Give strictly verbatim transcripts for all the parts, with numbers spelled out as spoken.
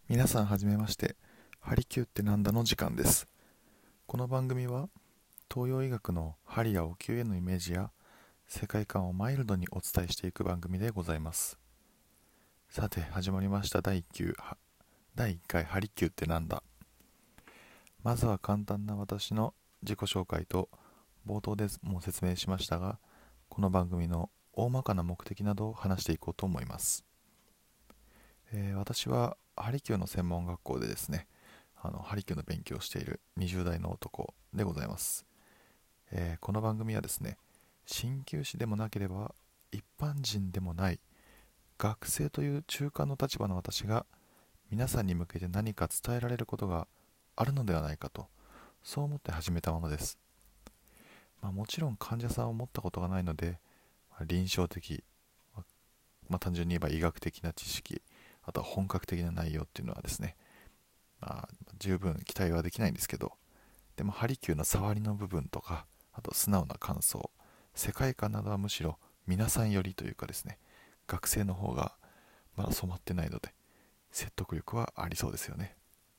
皆さんはじめまして。ハリキューってなんだの時間です。この番組は東洋医学の針やお灸へのイメージや世界観をマイルドにお伝えしていく番組でございます。さて始まりましただいいっきゅうだいいっかいハリキューってなんだ。まずは簡単な私の自己紹介と冒頭でも説明しましたが、この番組の大まかな目的などを話していこうと思います。えー私はハリキューの専門学校でですね、あのハリキューの勉強をしているにじゅう代の男でございます。えーこの番組はですね、鍼灸師でもなければ一般人でもない学生という中間の立場の私が皆さんに向けて何か伝えられることがあるのではないかと、そう思って始めたものです。まあ、もちろん患者さんを持ったことがないので、まあ臨床的、まあまあ単純に言えば医学的な知識、あとは本格的な内容っていうのはですね、まあ、十分期待はできないんですけど、でもハリキューの触りの部分とか、あと素直な感想、世界観などはむしろ皆さんよりというかですね、学生の方がまだ染まってないので説得力はありそうですよね。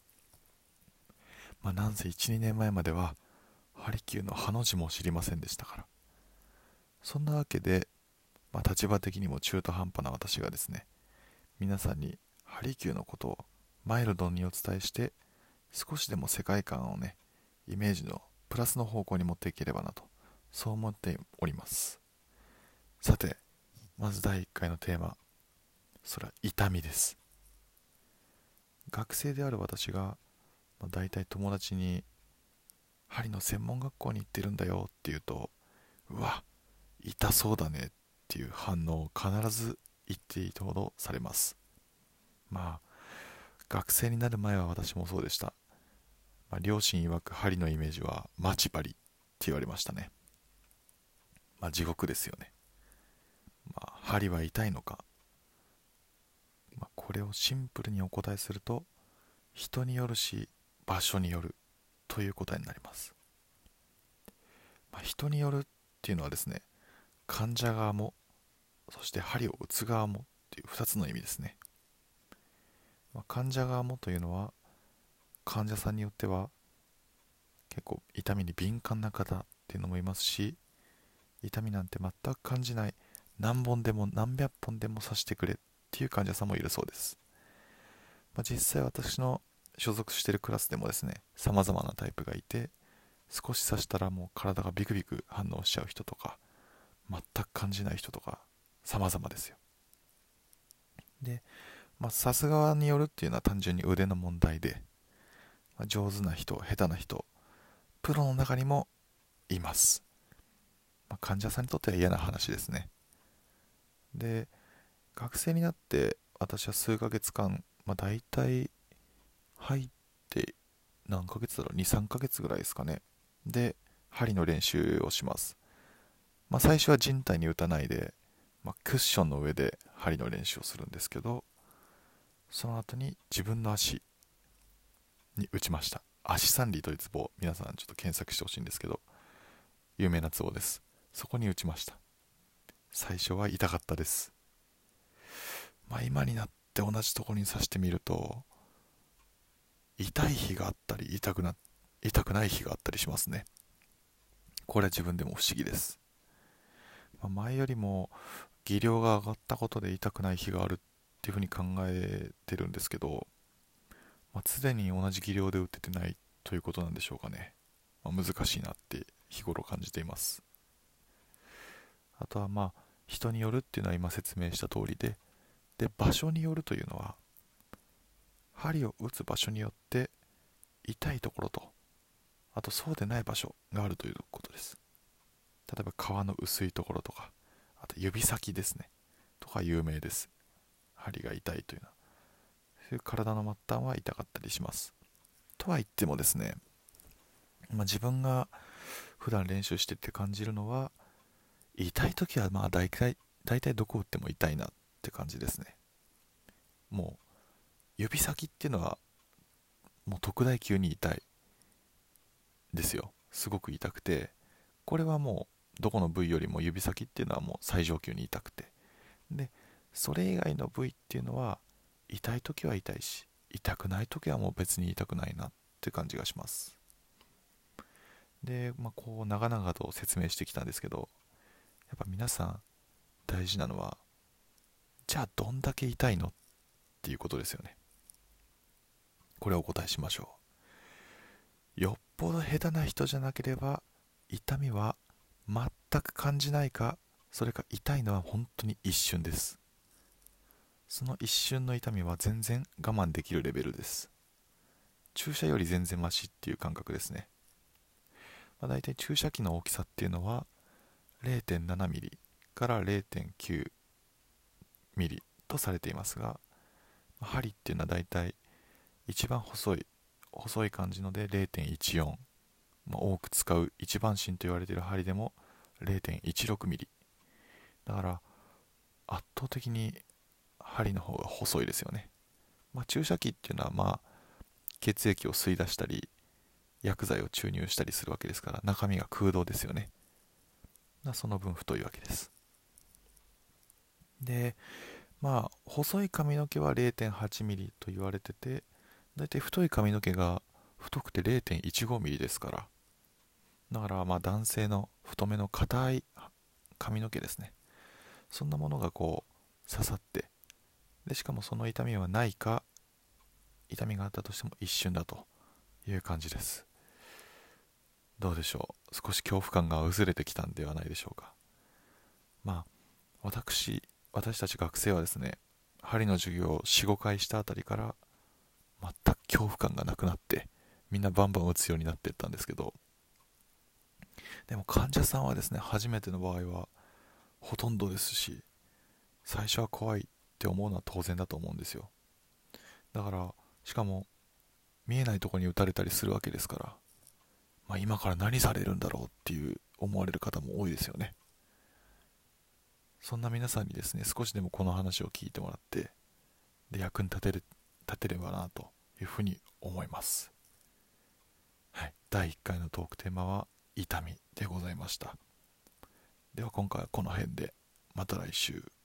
まあ、なんせいち、にねんまえまではハリキューのハの字も知りませんでしたから。そんなわけで、まあ、立場的にも中途半端な私がですね、皆さんにハリキューのことをマイルドにお伝えして、少しでも世界観をね、イメージのプラスの方向に持っていければなと、そう思っております。さて、まずだいいっかいのテーマ、それは痛みです。学生である私が、まあ、大体友達に針の専門学校に行ってるんだよって言うと、うわ、痛そうだねっていう反応を必ず言っていいほどされます。まあ学生になる前は私もそうでした。まあ、両親曰く針のイメージは待ち針って言われましたね。まあ地獄ですよね。まあ針は痛いのか、まあ、これをシンプルにお答えすると、人によるし場所によるという答えになります。まあ、人によるっていうのはですね、患者側もそして針を打つ側もっていうふたつの意味ですね。まあ、患者側もというのは、患者さんによっては結構痛みに敏感な方っていうのもいますし、痛みなんて全く感じない、何本でも何百本でも刺してくれっていう患者さんもいるそうです。まあ、実際私の所属しているクラスでもですね、様々なタイプがいて、少し刺したらもう体がビクビク反応しちゃう人とか、全く感じない人とか様々ですよ。で、まあ、刺す側によるっていうのは単純に腕の問題で、まあ、上手な人下手な人、プロの中にもいます。まあ、患者さんにとっては嫌な話ですね。で、学生になって私は数ヶ月間、まあ、大体入って何ヶ月だろう、に、さんかげつぐらいですかね。で、針の練習をします。まあ、最初は人体に打たないで、まあ、クッションの上で針の練習をするんですけど、その後に自分の足に打ちました。足三里というツボ、皆さんちょっと検索してほしいんですけど、有名なツボです。そこに打ちました。最初は痛かったです。まあ今になって同じところに刺してみると、痛い日があったり痛くな痛くない日があったりしますね。これは自分でも不思議です。まあ、前よりも技量が上がったことで痛くない日があるっていうふうに考えてるんですけど、まあ、常に同じ技量で打っててないということなんでしょうかね。まあ、難しいなって日頃感じています。あとはまあ人によるっていうのは今説明した通りで、で場所によるというのは、針を打つ場所によって痛いところと、あとそうでない場所があるということです。例えば皮の薄いところとか、あと指先ですねとか有名です。針が痛いというのは、そういう体の末端は痛かったりします。とは言ってもですね、まあ、自分が普段練習してて感じるのは、痛い時はまあ大体大体どこ打っても痛いなって感じですね。もう指先っていうのはもう特大級に痛いですよ。すごく痛くて、これはもうどこの部位よりも指先っていうのはもう最上級に痛くて、でそれ以外の部位っていうのは痛い時は痛いし、 痛くない時はもう別に痛くないなって感じがします。で、まあ、こう長々と説明してきたんですけど、やっぱ皆さん大事なのは、じゃあどんだけ痛いのっていうことですよね。これをお答えしましょう。よっぽど下手な人じゃなければ痛みは全く感じないか、それか痛いのは本当に一瞬です。その一瞬の痛みは全然我慢できるレベルです。注射より全然マシっていう感覚ですね。まあ、大体注射器の大きさっていうのは れいてんななミリから れいてんきゅうミリとされていますが、針っていうのは大体一番細い細い感じので れいてんいちよん、まあ、多く使う一番芯と言われている針でも れいてんいちろくミリだから、圧倒的に針の方が細いですよね。まあ、注射器っていうのは、まあ血液を吸い出したり薬剤を注入したりするわけですから、中身が空洞ですよね。その分太いわけです。で、まあ細い髪の毛は れいてんはちミリと言われてて、だいたい太い髪の毛が太くて れいてんいちごミリですから、だからまあ男性の太めの硬い髪の毛ですね、そんなものがこう刺さって、でしかもその痛みはないか、痛みがあったとしても一瞬だという感じです。どうでしょう、少し恐怖感が薄れてきたんではないでしょうか。まあ私私たち学生はですね、針の授業を よん,ご 回したあたりから全く恐怖感がなくなって、みんなバンバン打つようになっていったんですけど、でも患者さんはですね、初めての場合はほとんどですし、最初は怖いって思うのは当然だと思うんですよ。だからしかも見えないところに打たれたりするわけですから、まあ、今から何されるんだろうっていう思われる方も多いですよね。そんな皆さんにですね、少しでもこの話を聞いてもらって、で役に立てる立てればなというふうに思います。はい、だいいっかいのトークテーマは痛みでございました。では今回はこの辺で、また来週。